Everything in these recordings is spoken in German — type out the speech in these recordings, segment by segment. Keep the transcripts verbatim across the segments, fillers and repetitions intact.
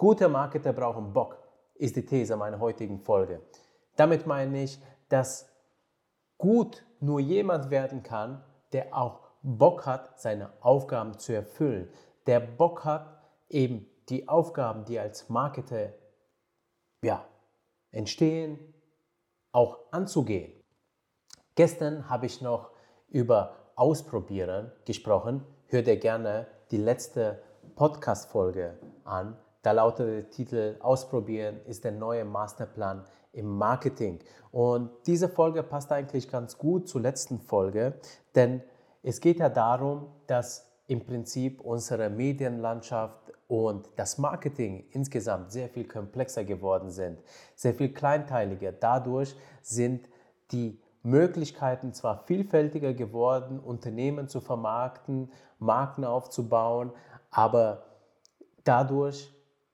Gute Marketer brauchen Bock, ist die These meiner heutigen Folge. Damit meine ich, dass gut nur jemand werden kann, der auch Bock hat, seine Aufgaben zu erfüllen. Der Bock hat, eben die Aufgaben, die als Marketer ja, entstehen, auch anzugehen. Gestern habe ich noch über Ausprobieren gesprochen. Hör dir gerne die letzte Podcast-Folge an. Da lautet der Titel Ausprobieren ist der neue Masterplan im Marketing. Und diese Folge passt eigentlich ganz gut zur letzten Folge, denn es geht ja darum, dass im Prinzip unsere Medienlandschaft und das Marketing insgesamt sehr viel komplexer geworden sind, sehr viel kleinteiliger. Dadurch sind die Möglichkeiten zwar vielfältiger geworden, Unternehmen zu vermarkten, Marken aufzubauen, aber dadurch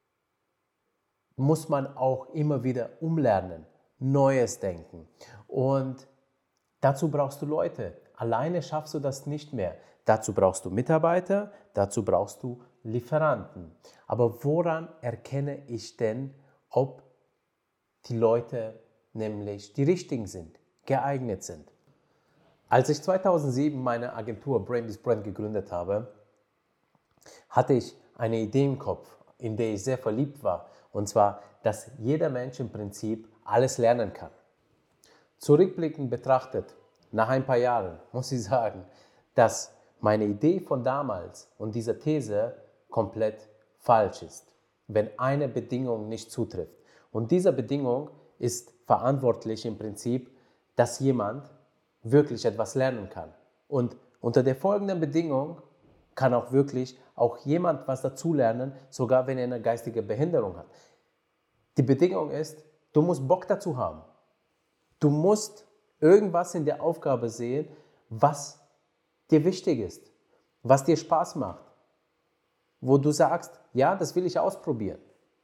muss man auch immer wieder umlernen, Neues denken. Und dazu brauchst du Leute. Alleine schaffst du das nicht mehr. Dazu brauchst du Mitarbeiter, dazu brauchst du Lieferanten. Aber woran erkenne ich denn, ob die Leute nämlich die richtigen sind, geeignet sind? Als ich zweitausendsieben meine Agentur Brainless Brand gegründet habe, hatte ich eine Idee im Kopf, in der ich sehr verliebt war. Und zwar, dass jeder Mensch im Prinzip alles lernen kann. Zurückblickend betrachtet, nach ein paar Jahren muss ich sagen, dass meine Idee von damals und diese These komplett falsch ist, wenn eine Bedingung nicht zutrifft. Und diese Bedingung ist verantwortlich im Prinzip, dass jemand wirklich etwas lernen kann. Und unter der folgenden Bedingung kann auch wirklich auch jemand was dazulernen, sogar wenn er eine geistige Behinderung hat. Die Bedingung ist, du musst Bock dazu haben. Du musst irgendwas in der Aufgabe sehen, was dir wichtig ist, was dir Spaß macht, wo du sagst, ja, das will ich ausprobieren.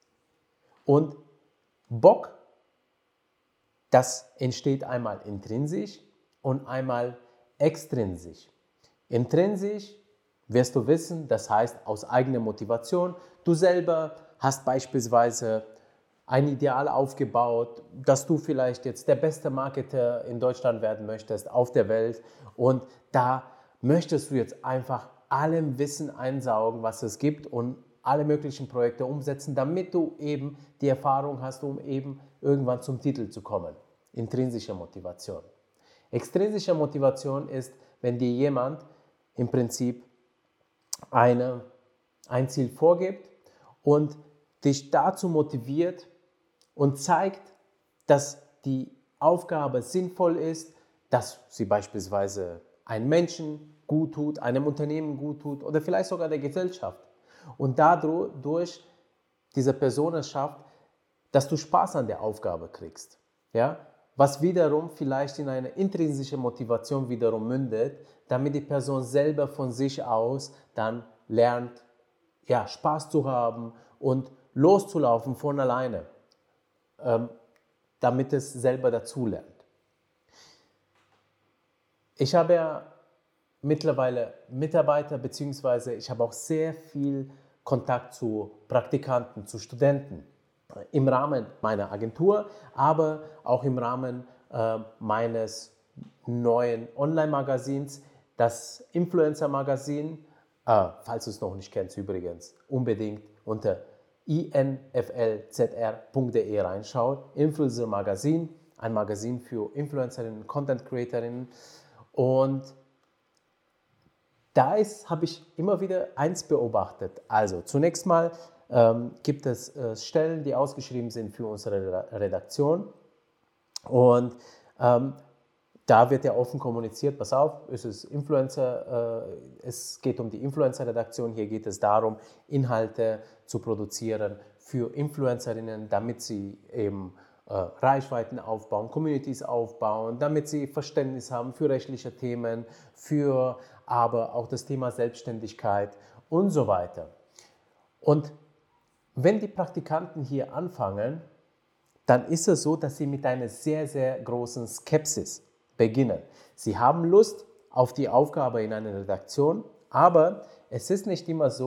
Und Bock, das entsteht einmal intrinsisch und einmal extrinsisch. Intrinsisch wirst du wissen, das heißt aus eigener Motivation. Du selber hast beispielsweise ein Ideal aufgebaut, dass du vielleicht jetzt der beste Marketer in Deutschland werden möchtest, auf der Welt. Und da möchtest du jetzt einfach allem Wissen einsaugen, was es gibt und alle möglichen Projekte umsetzen, damit du eben die Erfahrung hast, um eben irgendwann zum Titel zu kommen. Intrinsische Motivation. Extrinsische Motivation ist, wenn dir jemand im Prinzip eine, ein Ziel vorgibt und dich dazu motiviert und zeigt, dass die Aufgabe sinnvoll ist, dass sie beispielsweise einem Menschen gut tut, einem Unternehmen gut tut oder vielleicht sogar der Gesellschaft. Und dadurch diese Person es schafft, dass du Spaß an der Aufgabe kriegst. Ja? Was wiederum vielleicht in eine intrinsische Motivation wiederum mündet, damit die Person selber von sich aus dann lernt, ja, Spaß zu haben und loszulaufen von alleine, ähm, damit es selber dazu lernt. Ich habe ja mittlerweile Mitarbeiter, beziehungsweise ich habe auch sehr viel Kontakt zu Praktikanten, zu Studenten im Rahmen meiner Agentur, aber auch im Rahmen äh, meines neuen Online-Magazins, das Influencer-Magazin. Äh, falls du es noch nicht kennst, übrigens, unbedingt unter i n f l z r punkt d e reinschauen. Influencer Magazin, ein Magazin für Influencerinnen, Content Creatorinnen. Und da habe ich immer wieder eins beobachtet. Also zunächst mal ähm, gibt es äh, Stellen, die ausgeschrieben sind für unsere Redaktion. Und ähm, da wird ja offen kommuniziert, pass auf, es ist Influencer, äh, es geht um die Influencer-Redaktion, hier geht es darum, Inhalte zu produzieren für Influencerinnen, damit sie eben äh, Reichweiten aufbauen, Communities aufbauen, damit sie Verständnis haben für rechtliche Themen, für aber auch das Thema Selbstständigkeit und so weiter. Und wenn die Praktikanten hier anfangen, dann ist es so, dass sie mit einer sehr, sehr großen Skepsis beginnen. Sie haben Lust auf die Aufgabe in einer Redaktion, aber es ist nicht immer so,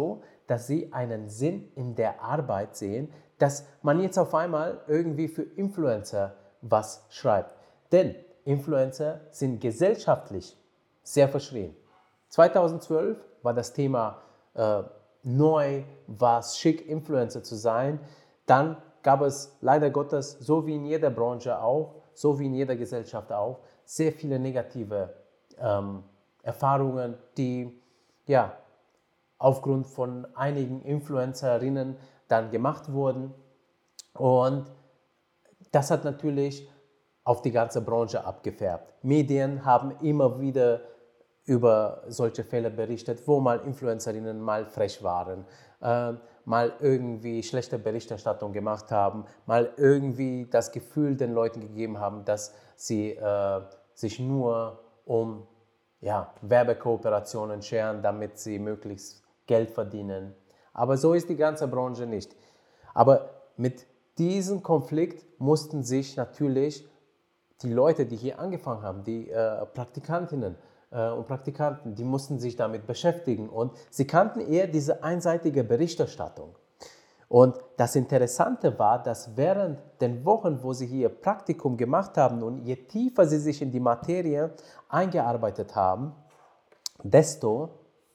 dass sie einen Sinn in der Arbeit sehen, dass man jetzt auf einmal irgendwie für Influencer was schreibt. Denn Influencer sind gesellschaftlich sehr verschrien. zweitausendzwölf war das Thema äh, neu, war es schick, Influencer zu sein. Dann gab es leider Gottes, so wie in jeder Branche auch, so wie in jeder Gesellschaft auch, sehr viele negative ähm, Erfahrungen, die ja aufgrund von einigen Influencerinnen dann gemacht wurden. Und das hat natürlich auf die ganze Branche abgefärbt. Medien haben immer wieder über solche Fälle berichtet, wo mal Influencerinnen mal frech waren, äh, mal irgendwie schlechte Berichterstattung gemacht haben, mal irgendwie das Gefühl den Leuten gegeben haben, dass sie äh, sich nur um ja, Werbekooperationen scheren, damit sie möglichst Geld verdienen. Aber so ist die ganze Branche nicht. Aber mit diesem Konflikt mussten sich natürlich die Leute, die hier angefangen haben, die äh, Praktikantinnen äh, und Praktikanten, die mussten sich damit beschäftigen und sie kannten eher diese einseitige Berichterstattung. Und das Interessante war, dass während den Wochen, wo sie hier Praktikum gemacht haben und je tiefer sie sich in die Materie eingearbeitet haben, desto,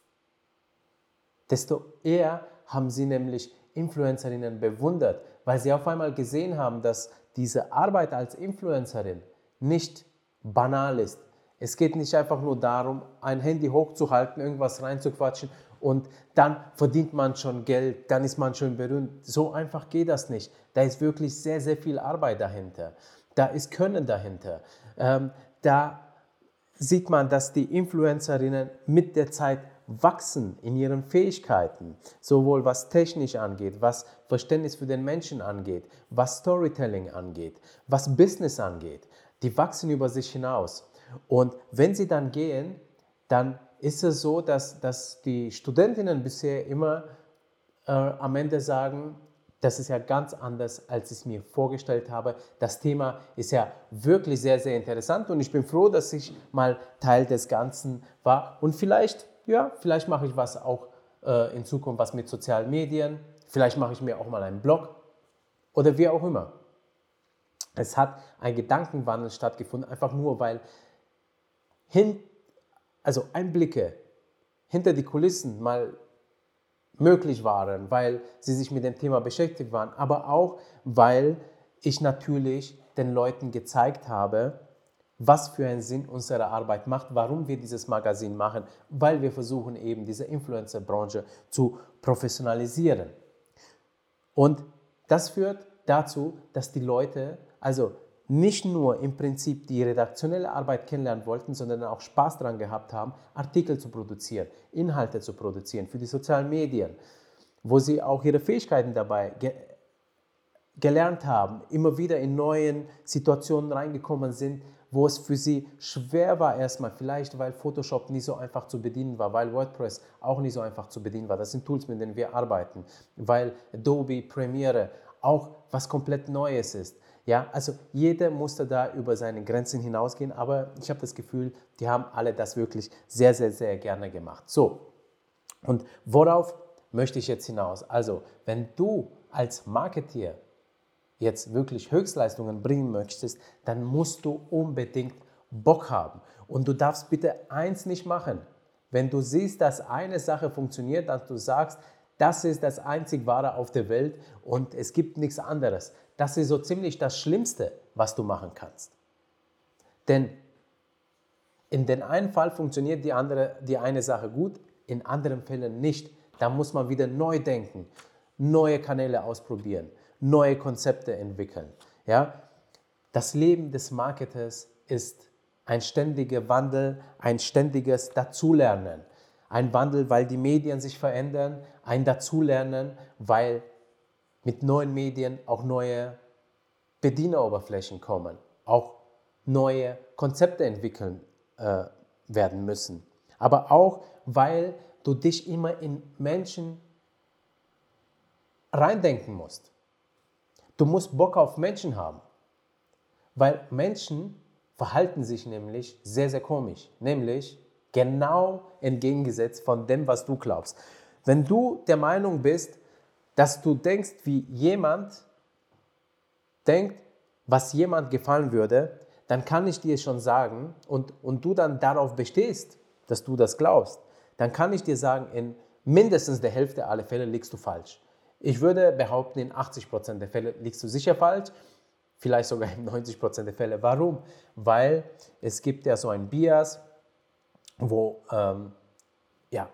desto eher haben sie nämlich Influencerinnen bewundert, weil sie auf einmal gesehen haben, dass diese Arbeit als Influencerin nicht banal ist. Es geht nicht einfach nur darum, ein Handy hochzuhalten, irgendwas reinzuquatschen und dann verdient man schon Geld, dann ist man schon berühmt. So einfach geht das nicht. Da ist wirklich sehr, sehr viel Arbeit dahinter. Da ist Können dahinter. Ähm, da sieht man, dass die Influencerinnen mit der Zeit wachsen in ihren Fähigkeiten, sowohl was technisch angeht, was Verständnis für den Menschen angeht, was Storytelling angeht, was Business angeht. Die wachsen über sich hinaus. Und wenn sie dann gehen, dann ist es so, dass, dass die Studentinnen bisher immer äh, am Ende sagen, das ist ja ganz anders, als ich es mir vorgestellt habe. Das Thema ist ja wirklich sehr, sehr interessant und ich bin froh, dass ich mal Teil des Ganzen war. Und vielleicht, ja, vielleicht mache ich was auch äh, in Zukunft, was mit sozialen Medien. Vielleicht mache ich mir auch mal einen Blog oder wie auch immer. Es hat ein Gedankenwandel stattgefunden, einfach nur, weil hin, also Einblicke hinter die Kulissen mal möglich waren, weil sie sich mit dem Thema beschäftigt waren, aber auch, weil ich natürlich den Leuten gezeigt habe, was für einen Sinn unsere Arbeit macht, warum wir dieses Magazin machen, weil wir versuchen eben diese Influencer-Branche zu professionalisieren. Und das führt dazu, dass die Leute also nicht nur im Prinzip die redaktionelle Arbeit kennenlernen wollten, sondern auch Spaß daran gehabt haben, Artikel zu produzieren, Inhalte zu produzieren für die sozialen Medien, wo sie auch ihre Fähigkeiten dabei ge- gelernt haben, immer wieder in neuen Situationen reingekommen sind, wo es für sie schwer war erstmal, vielleicht weil Photoshop nicht so einfach zu bedienen war, weil WordPress auch nicht so einfach zu bedienen war. Das sind Tools, mit denen wir arbeiten, weil Adobe Premiere auch was komplett Neues ist. Ja, also jeder musste da über seine Grenzen hinausgehen, aber ich habe das Gefühl, die haben alle das wirklich sehr, sehr, sehr gerne gemacht. So, und worauf möchte ich jetzt hinaus? Also, wenn du als Marketeer jetzt wirklich Höchstleistungen bringen möchtest, dann musst du unbedingt Bock haben. Und du darfst bitte eins nicht machen. Wenn du siehst, dass eine Sache funktioniert, dass du sagst, das ist das einzig Wahre auf der Welt und es gibt nichts anderes. Das ist so ziemlich das Schlimmste, was du machen kannst. Denn in den einen Fall funktioniert die, andere, die eine Sache gut, in anderen Fällen nicht. Da muss man wieder neu denken, neue Kanäle ausprobieren, neue Konzepte entwickeln. Ja? Das Leben des Marketers ist ein ständiger Wandel, ein ständiges Dazulernen. Ein Wandel, weil die Medien sich verändern, ein Dazulernen, weil mit neuen Medien auch neue Bedieneroberflächen kommen, auch neue Konzepte entwickeln äh, werden müssen. Aber auch, weil du dich immer in Menschen reindenken musst. Du musst Bock auf Menschen haben, weil Menschen verhalten sich nämlich sehr, sehr komisch, nämlich genau entgegengesetzt von dem, was du glaubst. Wenn du der Meinung bist, dass du denkst, wie jemand denkt, was jemand gefallen würde, dann kann ich dir schon sagen, und, und du dann darauf bestehst, dass du das glaubst, dann kann ich dir sagen, in mindestens der Hälfte aller Fälle liegst du falsch. Ich würde behaupten, in achtzig Prozent der Fälle liegst du sicher falsch, vielleicht sogar in neunzig Prozent der Fälle. Warum? Weil es gibt ja so ein Bias, wo ähm, ja,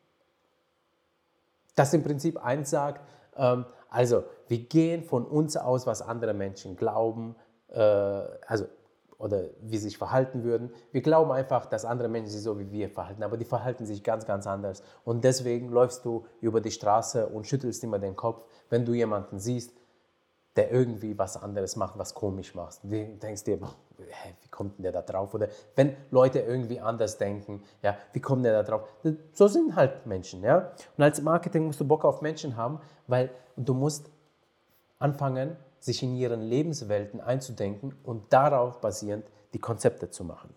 das im Prinzip eins sagt, ähm, also wir gehen von uns aus, was andere Menschen glauben, äh, also oder wie sie sich verhalten würden. Wir glauben einfach, dass andere Menschen sich so wie wir verhalten, aber die verhalten sich ganz, ganz anders. Und deswegen läufst du über die Straße und schüttelst immer den Kopf, wenn du jemanden siehst, der irgendwie was anderes macht, was komisch macht. Du denkst dir, hä, wie kommt denn der da drauf? Oder wenn Leute irgendwie anders denken, ja, wie kommt der da drauf? So sind halt Menschen. Ja? Und als Marketing musst du Bock auf Menschen haben, weil du musst anfangen, sich in ihren Lebenswelten einzudenken und darauf basierend die Konzepte zu machen.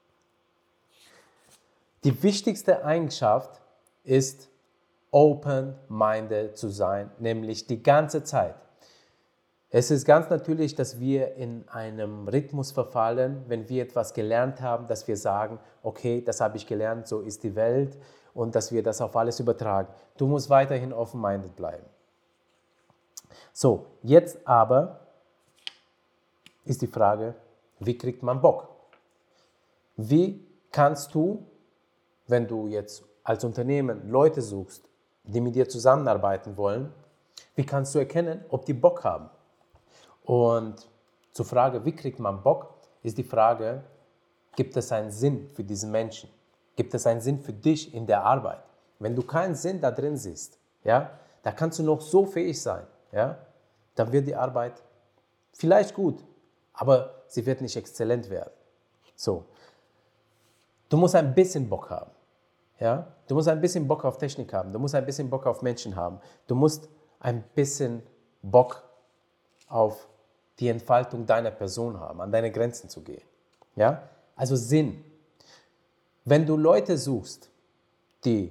Die wichtigste Eigenschaft ist, open-minded zu sein, nämlich die ganze Zeit. Es ist ganz natürlich, dass wir in einem Rhythmus verfallen, wenn wir etwas gelernt haben, dass wir sagen, okay, das habe ich gelernt, so ist die Welt, und dass wir das auf alles übertragen. Du musst weiterhin open-minded bleiben. So, jetzt aber ist die Frage, wie kriegt man Bock? Wie kannst du, wenn du jetzt als Unternehmen Leute suchst, die mit dir zusammenarbeiten wollen, wie kannst du erkennen, ob die Bock haben? Und zur Frage, wie kriegt man Bock, ist die Frage, gibt es einen Sinn für diesen Menschen? Gibt es einen Sinn für dich in der Arbeit? Wenn du keinen Sinn da drin siehst, ja, da kannst du noch so fähig sein, ja, dann wird die Arbeit vielleicht gut, aber sie wird nicht exzellent werden. So. Du musst ein bisschen Bock haben. Ja? Du musst ein bisschen Bock auf Technik haben. Du musst ein bisschen Bock auf Menschen haben. Du musst ein bisschen Bock auf die Entfaltung deiner Person haben, an deine Grenzen zu gehen. Ja? Also Sinn. Wenn du Leute suchst, die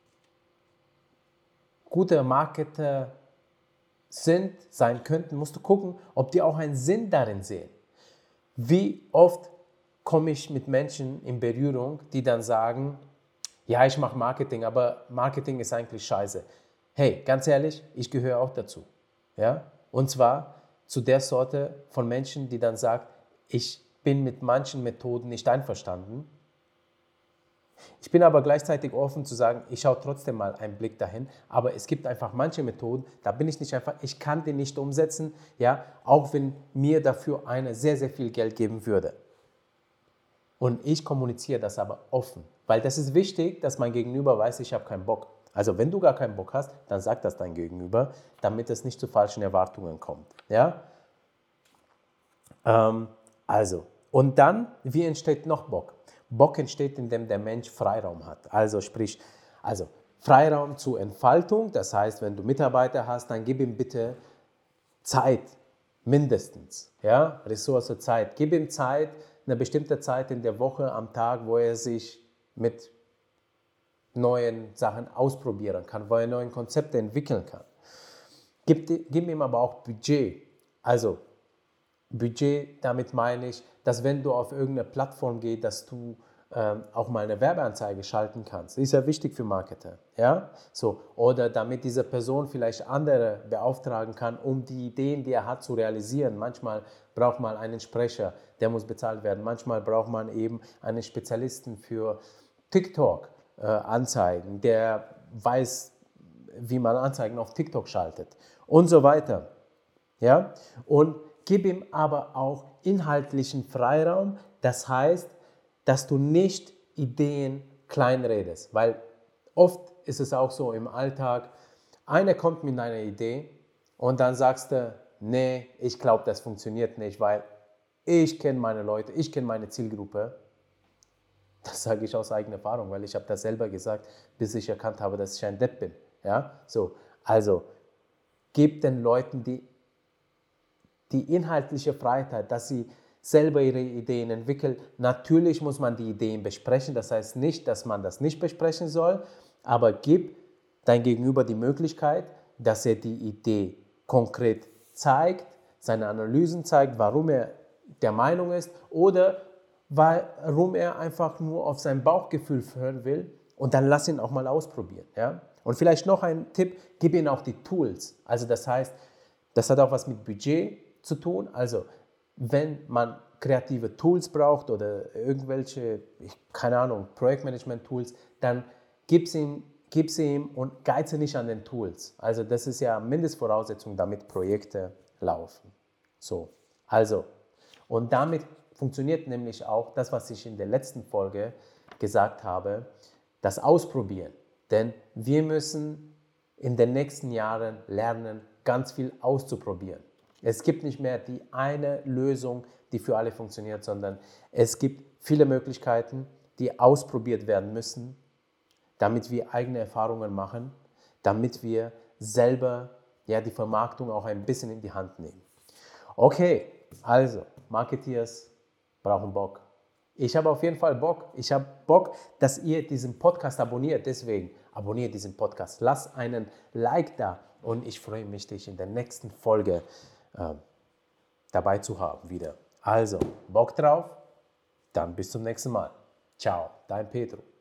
gute Marketer sind, sein könnten, musst du gucken, ob die auch einen Sinn darin sehen. Wie oft komme ich mit Menschen in Berührung, die dann sagen, ja, ich mache Marketing, aber Marketing ist eigentlich scheiße. Hey, ganz ehrlich, ich gehöre auch dazu. Ja? Und zwar zu der Sorte von Menschen, die dann sagt, ich bin mit manchen Methoden nicht einverstanden. Ich bin aber gleichzeitig offen zu sagen, ich schaue trotzdem mal einen Blick dahin, aber es gibt einfach manche Methoden, da bin ich nicht einfach, ich kann die nicht umsetzen, ja, auch wenn mir dafür einer sehr, sehr viel Geld geben würde. Und ich kommuniziere das aber offen, weil das ist wichtig, dass mein Gegenüber weiß, ich habe keinen Bock. Also wenn du gar keinen Bock hast, dann sag das dein Gegenüber, damit es nicht zu falschen Erwartungen kommt. Ja? Ähm, also, und dann, wie entsteht noch Bock? Bock entsteht, indem der Mensch Freiraum hat. Also sprich, also Freiraum zur Entfaltung, das heißt, wenn du Mitarbeiter hast, dann gib ihm bitte Zeit, mindestens, ja, Ressource Zeit. Gib ihm Zeit, eine bestimmte Zeit in der Woche, am Tag, wo er sich mit neuen Sachen ausprobieren kann, wo er neue Konzepte entwickeln kann. Gib, gib ihm aber auch Budget. Also Budget, damit meine ich, dass wenn du auf irgendeine Plattform gehst, dass du ähm, auch mal eine Werbeanzeige schalten kannst. Das ist ja wichtig für Marketer. Ja? So, oder damit diese Person vielleicht andere beauftragen kann, um die Ideen, die er hat, zu realisieren. Manchmal braucht man einen Sprecher, der muss bezahlt werden. Manchmal braucht man eben einen Spezialisten für TikTok-Anzeigen, äh, der weiß, wie man Anzeigen auf TikTok schaltet und so weiter. Ja? Und gib ihm aber auch inhaltlichen Freiraum, das heißt, dass du nicht Ideen kleinredest, weil oft ist es auch so im Alltag, einer kommt mit einer Idee und dann sagst du, nee, ich glaube, das funktioniert nicht, weil ich kenne meine Leute, ich kenne meine Zielgruppe. Das sage ich aus eigener Erfahrung, weil ich habe das selber gesagt, bis ich erkannt habe, dass ich ein Depp bin. Ja? So, also, gib den Leuten die die inhaltliche Freiheit, dass sie selber ihre Ideen entwickeln. Natürlich muss man die Ideen besprechen, das heißt nicht, dass man das nicht besprechen soll, aber gib dein Gegenüber die Möglichkeit, dass er die Idee konkret zeigt, seine Analysen zeigt, warum er der Meinung ist oder warum er einfach nur auf sein Bauchgefühl hören will und dann lass ihn auch mal ausprobieren. Ja? Und vielleicht noch ein Tipp, gib ihm auch die Tools. Also das heißt, das hat auch was mit Budget zu tun. Also wenn man kreative Tools braucht oder irgendwelche, ich, keine Ahnung, Projektmanagement-Tools, dann gib sie ihm, gib sie ihm und geize nicht an den Tools. Also das ist ja Mindestvoraussetzung, damit Projekte laufen. So, also, und damit funktioniert nämlich auch das, was ich in der letzten Folge gesagt habe, das Ausprobieren. Denn wir müssen in den nächsten Jahren lernen, ganz viel auszuprobieren. Es gibt nicht mehr die eine Lösung, die für alle funktioniert, sondern es gibt viele Möglichkeiten, die ausprobiert werden müssen, damit wir eigene Erfahrungen machen, damit wir selber ja, die Vermarktung auch ein bisschen in die Hand nehmen. Okay, also Marketeers brauchen Bock. Ich habe auf jeden Fall Bock. Ich habe Bock, dass ihr diesen Podcast abonniert. Deswegen abonniert diesen Podcast. Lasst einen Like da und ich freue mich, dich in der nächsten Folge äh, dabei zu haben wieder. Also, Bock drauf? Dann bis zum nächsten Mal. Ciao, dein Pedro.